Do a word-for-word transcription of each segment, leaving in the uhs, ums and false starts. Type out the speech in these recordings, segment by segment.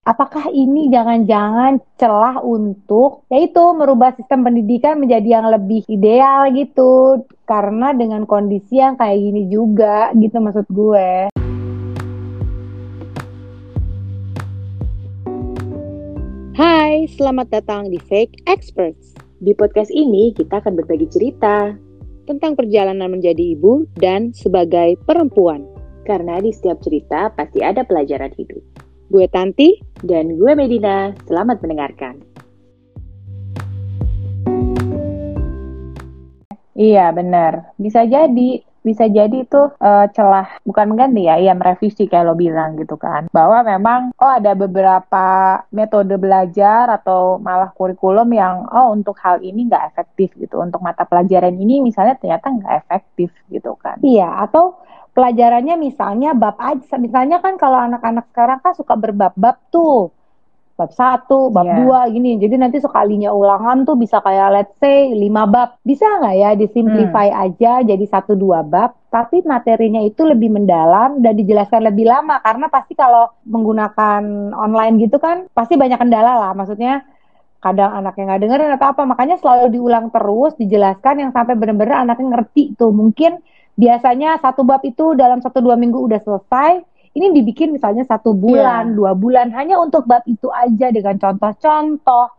apakah ini jangan-jangan celah untuk yaitu merubah sistem pendidikan menjadi yang lebih ideal gitu? Karena dengan kondisi yang kayak gini juga gitu maksud gue. Hai, selamat datang di Fake Experts. Di podcast ini kita akan berbagi cerita tentang perjalanan menjadi ibu dan sebagai perempuan. Karena di setiap cerita pasti ada pelajaran hidup. Gue Tanti dan gue Medina. Selamat mendengarkan. Iya benar, bisa jadi, bisa jadi itu eh, celah bukan mengganti ya, ya merevisi kayak lo bilang gitu kan, bahwa memang oh ada beberapa metode belajar atau malah kurikulum yang oh untuk hal ini nggak efektif gitu, untuk mata pelajaran ini misalnya ternyata nggak efektif gitu kan. Iya, atau pelajarannya misalnya bab aja. Misalnya kan kalau anak-anak sekarang kan suka berbab-bab tuh. Bab satu, bab Iya. dua gini. Jadi nanti sekalinya ulangan tuh bisa kayak let's say lima bab. Bisa nggak ya disimplify aja jadi satu dua bab, tapi materinya itu lebih mendalam dan dijelaskan lebih lama. Karena pasti kalau menggunakan online gitu kan, pasti banyak kendala lah. Maksudnya kadang anaknya nggak dengerin atau apa. Makanya selalu diulang terus, dijelaskan yang sampai benar-benar anaknya ngerti tuh. Mungkin biasanya satu bab itu dalam satu dua minggu udah selesai. Ini dibikin misalnya satu bulan, Iya. dua bulan hanya untuk bab itu aja dengan contoh-contoh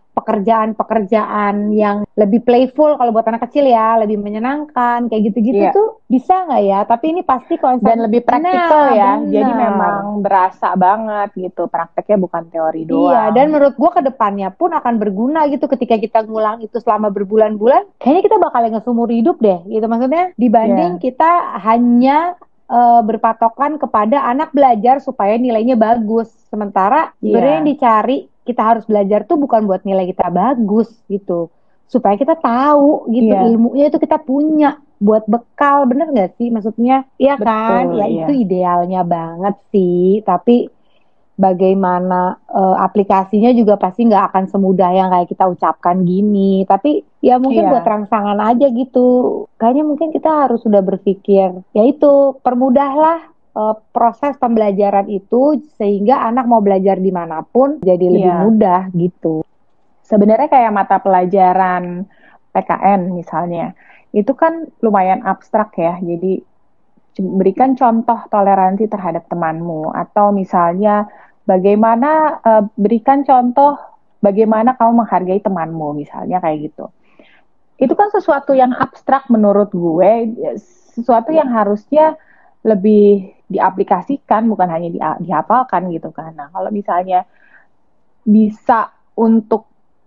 pekerjaan-pekerjaan yang lebih playful kalau buat anak kecil ya, lebih menyenangkan kayak gitu-gitu Iya. tuh bisa nggak ya? Tapi ini pasti konsep Dan lebih praktikal Nah, ya, benar. jadi memang berasa banget gitu, prakteknya bukan teori doang. Iya, dan menurut gua ke depannya pun akan berguna gitu ketika kita ngulang itu selama berbulan-bulan. Kayaknya kita bakal yang seumur hidup deh, gitu maksudnya. Dibanding Iya. kita hanya eh, berpatokan kepada anak belajar supaya nilainya bagus. Sementara sebenarnya Iya. yang dicari kita harus belajar tuh bukan buat nilai kita bagus gitu. Supaya kita tahu gitu, Iya. ilmunya itu kita punya buat bekal, bener nggak sih? Maksudnya, iya kan? Betul, Ya iya. itu idealnya banget sih, tapi bagaimana eh, aplikasinya juga pasti nggak akan semudah yang kayak kita ucapkan gini. Tapi ya mungkin Iya. buat rangsangan aja gitu. Kayaknya mungkin kita harus sudah berpikir, yaitu permudahlah eh, proses pembelajaran itu sehingga anak mau belajar dimanapun jadi lebih Iya. mudah gitu. Sebenarnya kayak mata pelajaran P K N misalnya, itu kan lumayan abstrak ya. Jadi c- berikan contoh toleransi terhadap temanmu, atau misalnya bagaimana eh, berikan contoh bagaimana kamu menghargai temanmu, misalnya kayak gitu. Itu kan sesuatu yang abstrak menurut gue, sesuatu yang harusnya lebih diaplikasikan, bukan hanya di- dihafalkan gitu kan. Nah, kalau misalnya bisa untuk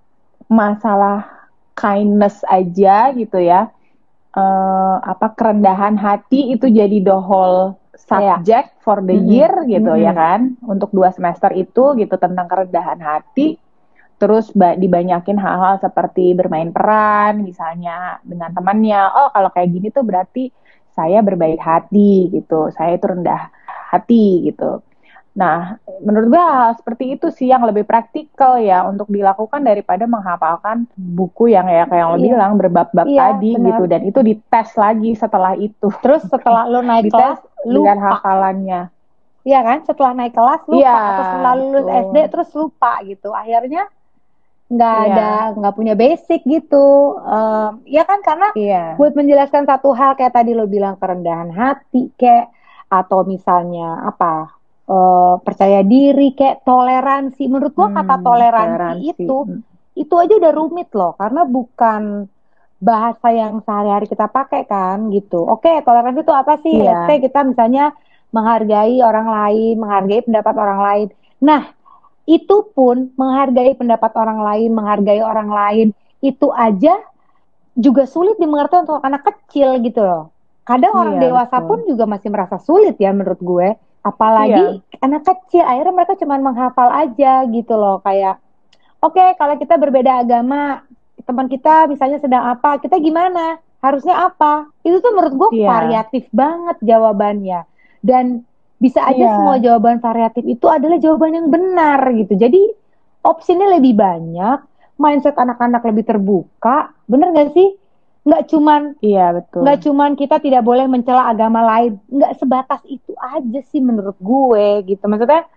masalah kindness aja gitu ya, eh, apa kerendahan hati itu jadi the whole subject for the Mm-mm. year gitu ya Mm-mm. kan, untuk dua semester itu gitu, tentang kerendahan hati. Terus ba- dibanyakin hal-hal seperti bermain peran misalnya dengan temannya. Oh kalau kayak gini tuh berarti saya berbaik hati gitu, saya itu rendah hati gitu. Nah, menurut gue hal seperti itu sih yang lebih praktikal ya untuk dilakukan daripada menghafalkan buku yang ya kayak yang lo Iya. bilang berbab-bab Iya, tadi benar. gitu, dan itu dites lagi setelah itu. Terus setelah lo naik Dites kelas, dengan lupa. hafalannya. Iya kan? Setelah naik kelas lupa, Iya, atau setelah lulus betul. S D terus lupa gitu. Akhirnya nggak Iya. ada, nggak punya basic gitu. Em, ya kan, karena Iya. buat menjelaskan satu hal kayak tadi lo bilang kerendahan hati kayak, atau misalnya apa, eh, percaya diri kayak toleransi. Menurut gua kata Hmm, toleransi toleransi. itu Hmm. itu aja udah rumit loh, karena bukan bahasa yang sehari-hari kita pakai kan gitu. Oke, toleransi itu apa sih? Iya. Let's say kita misalnya menghargai orang lain, menghargai pendapat orang lain. Nah, itu pun menghargai pendapat orang lain, menghargai orang lain, itu aja juga sulit dimengerti untuk anak kecil gitu loh. Kadang orang Iya, dewasa betul. pun juga masih merasa sulit ya menurut gue. Apalagi anak kecil, akhirnya mereka cuma menghafal aja gitu loh. Kayak, oke kalau kita berbeda agama, teman kita misalnya sedang apa, kita gimana? Harusnya apa? Itu tuh menurut gue Iya. variatif banget jawabannya. Dan bisa aja Iya. semua jawaban variatif itu adalah jawaban yang benar gitu. Jadi opsinya lebih banyak, mindset anak-anak lebih terbuka, bener gak sih? Nggak cuman Iya, betul. nggak cuman kita tidak boleh mencela agama lain, nggak sebatas itu aja sih menurut gue gitu. Maksudnya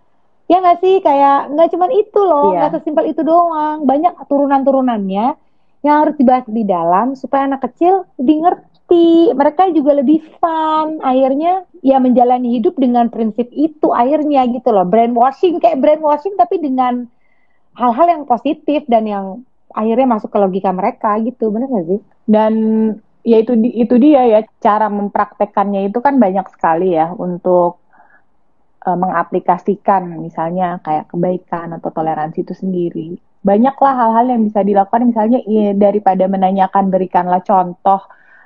Ya nggak sih, kayak nggak cuman itu loh, Iya. nggak sesimpel itu doang. Banyak turunan-turunannya yang harus dibahas lebih dalam supaya anak kecil lebih ngerti. Mereka juga lebih fun. Akhirnya ya menjalani hidup dengan prinsip itu akhirnya gitu loh. Brainwashing kayak brainwashing tapi dengan hal-hal yang positif dan yang akhirnya masuk ke logika mereka gitu. Bener nggak sih? Dan ya itu di- itu dia ya, cara mempraktekannya itu kan banyak sekali ya untuk eh, mengaplikasikan misalnya kayak kebaikan atau toleransi itu sendiri. Banyaklah hal-hal yang bisa dilakukan, misalnya ya, daripada menanyakan berikanlah contoh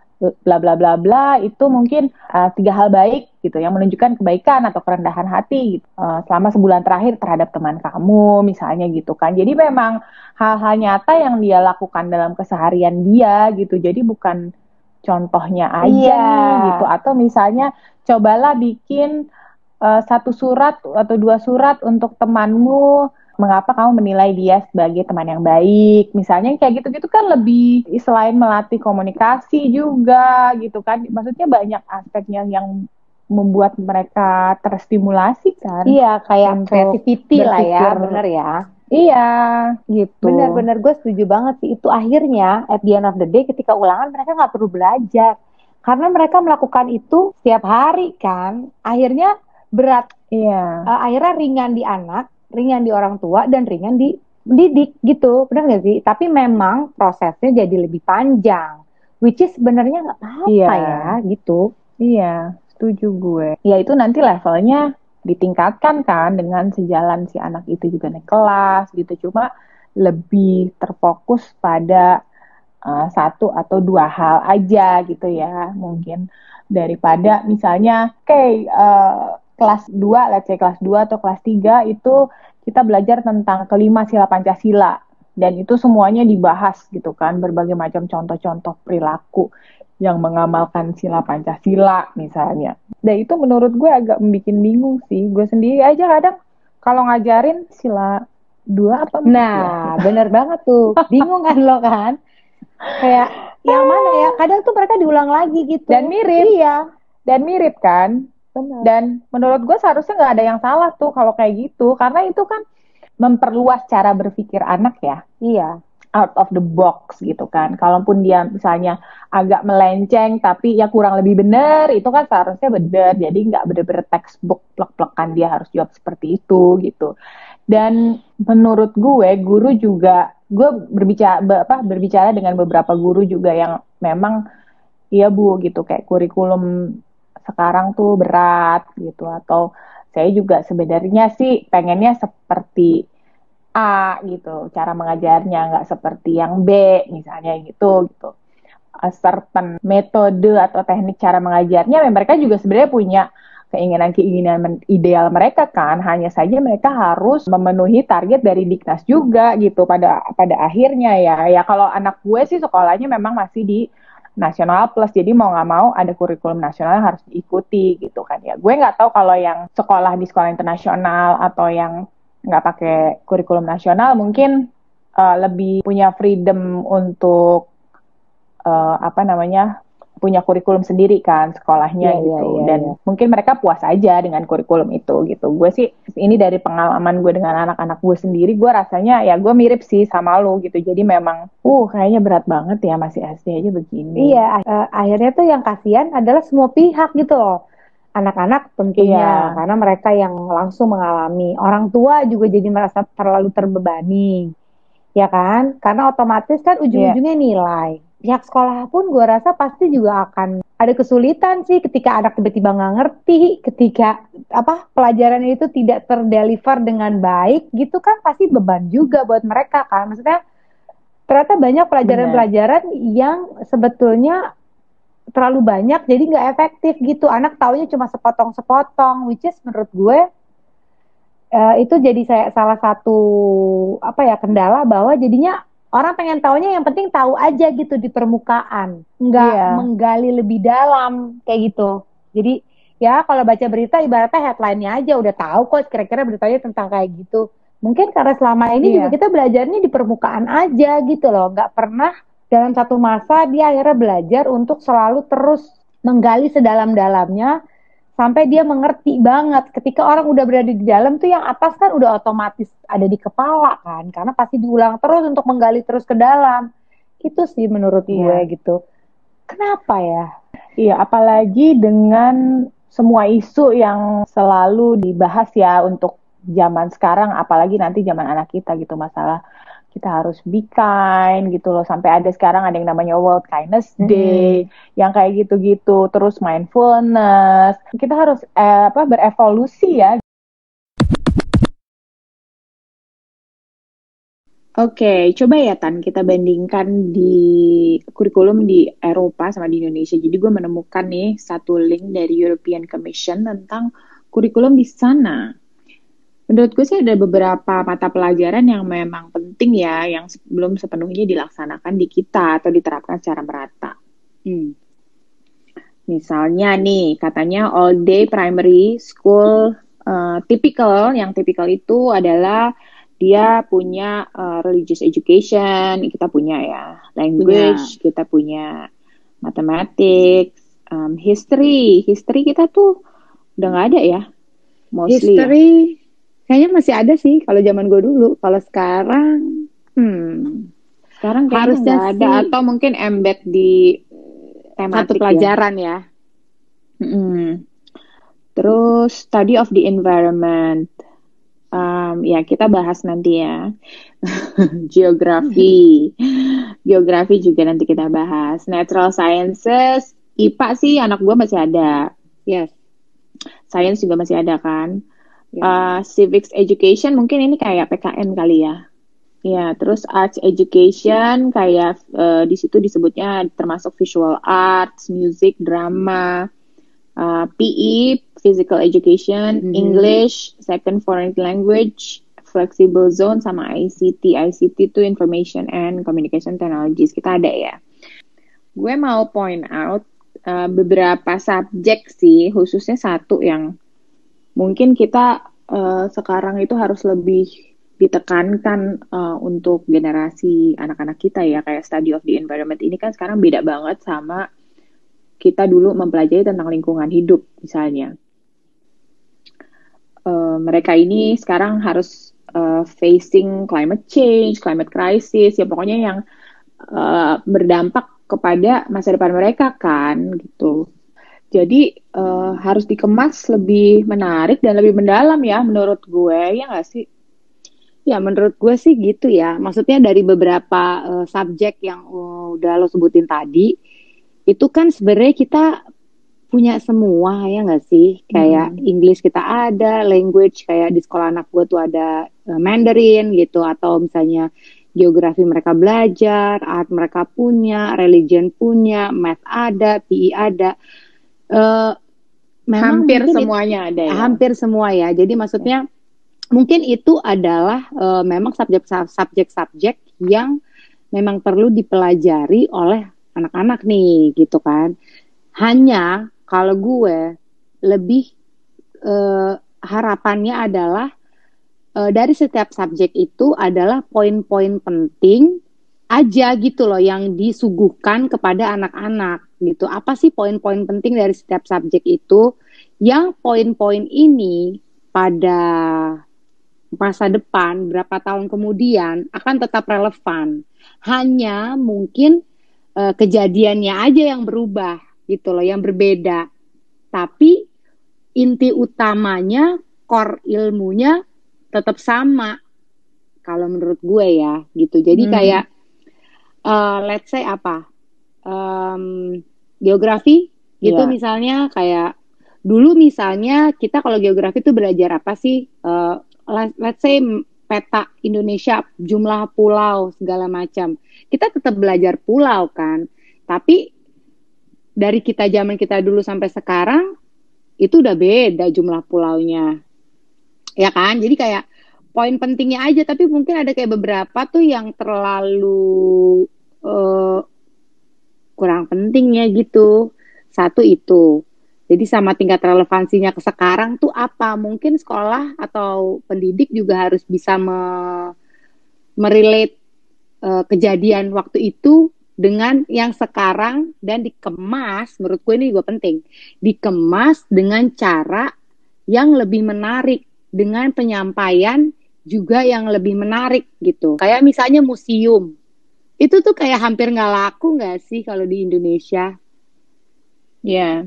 bla bla bla bla, itu mungkin uh, tiga hal baik gitu yang menunjukkan kebaikan atau kerendahan hati gitu, uh, selama sebulan terakhir terhadap teman kamu misalnya gitu kan. Jadi memang hal-hal nyata yang dia lakukan dalam keseharian dia gitu, jadi bukan contohnya aja Iya. nih gitu. Atau misalnya cobalah bikin uh, satu surat atau dua surat untuk temanmu, mengapa kamu menilai dia sebagai teman yang baik. Misalnya kayak gitu-gitu kan lebih, selain melatih komunikasi juga gitu kan. Maksudnya banyak aspeknya yang membuat mereka terstimulasi kan Iya, kayak untuk creativity lah ya, berpikir. bener ya. Iya, gitu. Bener-bener gue setuju banget sih. Itu akhirnya at the end of the day ketika ulangan mereka nggak perlu belajar. Karena mereka melakukan itu setiap hari kan. Akhirnya berat, Iya. eh, akhirnya ringan di anak, ringan di orang tua, dan ringan di didik gitu. Bener nggak sih? Tapi memang prosesnya jadi lebih panjang. Which is sebenarnya nggak apa-apa Iya. ya gitu. Iya, setuju gue. Ya itu nanti levelnya ditingkatkan kan dengan sejalan si anak itu juga naik kelas gitu. Cuma lebih terfokus pada uh, satu atau dua hal aja gitu ya. Mungkin daripada misalnya, oke, okay, uh, kelas dua, let's say kelas dua atau kelas tiga itu kita belajar tentang kelima sila Pancasila. Dan itu semuanya dibahas gitu kan, berbagai macam contoh-contoh perilaku yang mengamalkan sila Pancasila misalnya. Dan itu menurut gue agak bikin bingung sih. Gue sendiri aja kadang kalau ngajarin sila dua apa empat Nah, ya? bener banget tuh. Bingung kan lo kan? Kayak yang mana ya? Kadang tuh mereka diulang lagi gitu. Dan mirip. Iya. Dan mirip kan? Benar. Dan menurut gue seharusnya nggak ada yang salah tuh kalau kayak gitu. Karena itu kan memperluas cara berpikir anak ya. Iya. Out of the box gitu kan. Kalaupun dia misalnya agak melenceng tapi ya kurang lebih benar, itu kan seharusnya benar. Jadi nggak bener-bener textbook plek-plekan dia harus jawab seperti itu gitu. Dan menurut gue, guru juga, gue berbicara apa berbicara dengan beberapa guru juga yang memang iya Bu gitu, kayak kurikulum sekarang tuh berat gitu, atau saya juga sebenarnya sih pengennya seperti A gitu, cara mengajarnya nggak seperti yang B misalnya gitu gitu. A certain metode atau teknik cara mengajarnya, mereka juga sebenarnya punya keinginan-keinginan ideal mereka kan, hanya saja mereka harus memenuhi target dari Diknas juga gitu pada pada akhirnya ya. Ya kalau anak gue sih sekolahnya memang masih di nasional plus, jadi mau nggak mau ada kurikulum nasional yang harus diikuti gitu kan ya. Gue nggak tahu kalau yang sekolah di sekolah internasional atau yang nggak pakai kurikulum nasional mungkin uh, lebih punya freedom untuk uh, apa namanya punya kurikulum sendiri kan sekolahnya Iya, gitu, iya, iya, dan iya. mungkin mereka puas aja dengan kurikulum itu gitu. Gue sih ini dari pengalaman gue dengan anak-anak gue sendiri, gue rasanya ya gue mirip sih sama lo gitu. Jadi memang uh kayaknya berat banget ya masih S D aja begini. Iya, eh, akhirnya tuh yang kasihan adalah semua pihak gitu loh. Anak-anak tentunya, Iya. karena mereka yang langsung mengalami. Orang tua juga jadi merasa terlalu terbebani. Ya kan? Karena otomatis kan ujung-ujungnya nilai. Pihak sekolah pun gue rasa pasti juga akan ada kesulitan sih ketika anak tiba-tiba nggak ngerti, ketika apa pelajaran itu tidak terdeliver dengan baik gitu kan, pasti beban juga buat mereka kan. Maksudnya ternyata banyak pelajaran-pelajaran yang sebetulnya terlalu banyak jadi nggak efektif gitu. Anak taunya cuma sepotong-sepotong, which is menurut gue uh, itu jadi saya salah satu apa ya kendala, bahwa jadinya orang pengen taunya yang penting tahu aja gitu di permukaan, nggak Iya. menggali lebih dalam kayak gitu. Jadi ya kalau baca berita ibaratnya headline-nya aja udah tahu kok kira-kira beritanya tentang kayak gitu. Mungkin karena selama ini Iya. juga kita belajarnya di permukaan aja gitu loh, nggak pernah dalam satu masa dia akhirnya belajar untuk selalu terus menggali sedalam-dalamnya sampai dia mengerti banget. Ketika orang udah berada di dalam tuh yang atas kan udah otomatis ada di kepala kan, karena pasti diulang terus untuk menggali terus ke dalam. Itu sih menurut gue Iya. gitu. Kenapa ya? Iya, apalagi dengan semua isu yang selalu dibahas ya untuk zaman sekarang, apalagi nanti zaman anak kita gitu, masalah kita harus be kind gitu loh, sampai ada sekarang ada yang namanya World Kindness Day, Hmm. yang kayak gitu-gitu, terus mindfulness. Kita harus eh, apa berevolusi ya. Oke, coba ya Tan, kita bandingkan di kurikulum di Eropa sama di Indonesia. Jadi gue menemukan nih satu link dari European Commission tentang kurikulum di sana. Menurut gue sih ada beberapa mata pelajaran yang memang penting ya, yang belum sepenuhnya dilaksanakan di kita atau diterapkan secara merata. Hmm. Misalnya nih, katanya all day primary school uh, typical, yang typical itu adalah dia punya uh, religious education, kita punya ya, language, punya. Kita punya mathematics, um, history, history kita tuh udah nggak ada ya, mostly history, ya. Kayaknya masih ada sih kalau zaman gue dulu, kalau sekarang, hmm, sekarang kayaknya harusnya nggak ada, atau mungkin embed di satu pelajaran ya. ya. Mm-hmm. Terus study of the environment, um, ya kita bahas nanti ya. Geografi, geografi juga nanti kita bahas. Natural sciences, I P A sih anak gue masih ada. Yes. Science juga masih ada kan. Yeah. Uh, civics education mungkin ini kayak P K N kali ya. Ya, terus arts education kayak uh, di situ disebutnya termasuk visual arts, music, drama, uh, P E, physical education, mm-hmm. English, second foreign language, flexible zone, sama I C T. I C T itu information and communication technologies. Kita ada ya. Gue mau point out uh, beberapa subjek sih, khususnya satu yang mungkin kita uh, sekarang itu harus lebih ditekankan uh, untuk generasi anak-anak kita ya, kayak study of the environment ini kan sekarang beda banget sama kita dulu mempelajari tentang lingkungan hidup misalnya. Uh, mereka ini sekarang harus uh, facing climate change, climate crisis, ya pokoknya yang uh, berdampak kepada masa depan mereka kan gitu. Jadi uh, harus dikemas lebih menarik dan lebih mendalam ya menurut gue, ya nggak sih? Ya menurut gue sih gitu ya. Maksudnya dari beberapa uh, subjek yang uh, udah lo sebutin tadi, itu kan sebenarnya kita punya semua ya nggak sih? Kayak hmm. English kita ada, language kayak di sekolah anak gue tuh ada uh, Mandarin gitu, atau misalnya geografi mereka belajar, art mereka punya, religion punya, math ada, P I ada. Uh, hampir semuanya itu, ada ya. Hampir semua ya. Jadi maksudnya ya. Mungkin itu adalah uh, memang subjek-subjek yang memang perlu dipelajari oleh anak-anak nih gitu kan. Hanya kalau gue lebih uh, harapannya adalah uh, dari setiap subjek itu adalah poin-poin penting aja gitu loh yang disuguhkan kepada anak-anak gitu. Apa sih poin-poin penting dari setiap subjek itu, yang poin-poin ini pada masa depan berapa tahun kemudian akan tetap relevan. Hanya mungkin uh, kejadiannya aja yang berubah gitu loh, yang berbeda. Tapi inti utamanya, core ilmunya tetap sama kalau menurut gue ya gitu. Jadi hmm. kayak Uh, let's say apa um, geografi gitu yeah. Misalnya kayak dulu misalnya kita kalau geografi itu belajar apa sih, uh, let, let's say peta Indonesia, jumlah pulau segala macam, kita tetap belajar pulau kan, tapi dari kita zaman kita dulu sampai sekarang itu udah beda jumlah pulaunya ya kan. Jadi kayak poin pentingnya aja, tapi mungkin ada kayak beberapa tuh yang terlalu uh, kurang penting ya gitu. Satu itu. Jadi sama tingkat relevansinya ke sekarang tuh apa? Mungkin sekolah atau pendidik juga harus bisa me- merelate uh, kejadian waktu itu dengan yang sekarang dan dikemas, menurut gue ini juga penting, dikemas dengan cara yang lebih menarik, dengan penyampaian juga yang lebih menarik gitu. Kayak misalnya museum, itu tuh kayak hampir nggak laku nggak sih kalau di Indonesia? Ya,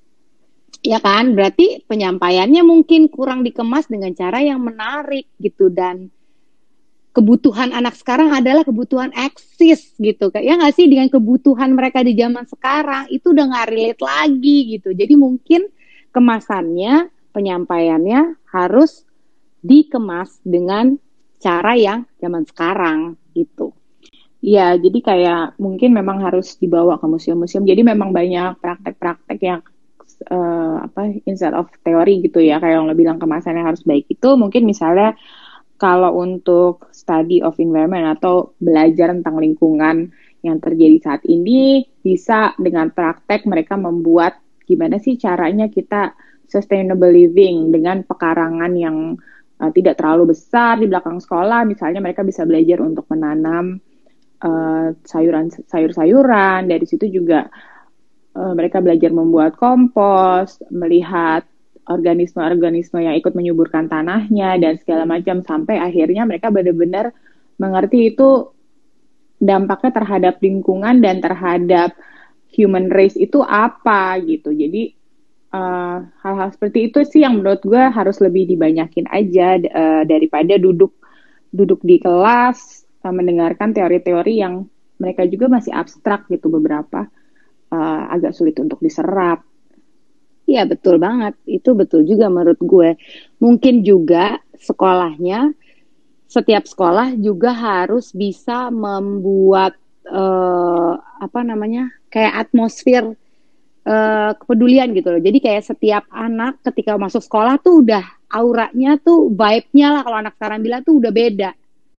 Ya kan, berarti penyampaiannya mungkin kurang dikemas dengan cara yang menarik gitu, dan kebutuhan anak sekarang adalah kebutuhan eksis gitu. Ya nggak sih, dengan kebutuhan mereka di zaman sekarang itu udah nggak relate lagi gitu. Jadi mungkin kemasannya, penyampaiannya harus dikemas dengan cara yang zaman sekarang gitu. ya, jadi kayak mungkin memang harus dibawa ke museum-museum. Jadi memang banyak praktek-praktek yang uh, apa instead of teori gitu ya, kayak yang lo bilang kemasannya harus baik itu. Mungkin misalnya kalau untuk study of environment atau belajar tentang lingkungan yang terjadi saat ini, bisa dengan praktek mereka membuat gimana sih caranya kita sustainable living dengan pekarangan yang uh, tidak terlalu besar di belakang sekolah. Misalnya mereka bisa belajar untuk menanam uh, sayuran sayur-sayuran. Dari situ juga uh, mereka belajar membuat kompos, melihat organisme-organisme yang ikut menyuburkan tanahnya dan segala macam, sampai akhirnya mereka benar-benar mengerti itu dampaknya terhadap lingkungan dan terhadap human race itu apa gitu. Jadi uh, hal-hal seperti itu sih yang menurut gue harus lebih dibanyakin aja uh, daripada duduk duduk di kelas uh, mendengarkan teori-teori yang mereka juga masih abstrak gitu, beberapa uh, agak sulit untuk diserap. Iya betul banget, itu betul juga menurut gue. Mungkin juga sekolahnya, setiap sekolah juga harus bisa membuat uh, apa namanya, kayak atmosfer uh, kepedulian gitu loh. Jadi kayak setiap anak ketika masuk sekolah tuh udah auranya tuh, vibe-nya lah kalau anak sekarang bilang tuh udah beda.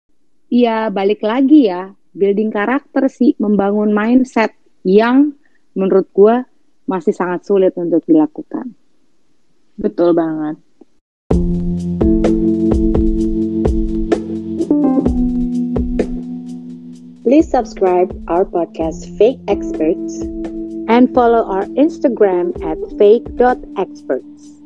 Iya balik lagi ya, building karakter sih, membangun mindset yang menurut gue masih sangat sulit untuk dilakukan. Betul banget. Please subscribe our podcast Fake Experts and follow our Instagram at fake dot experts.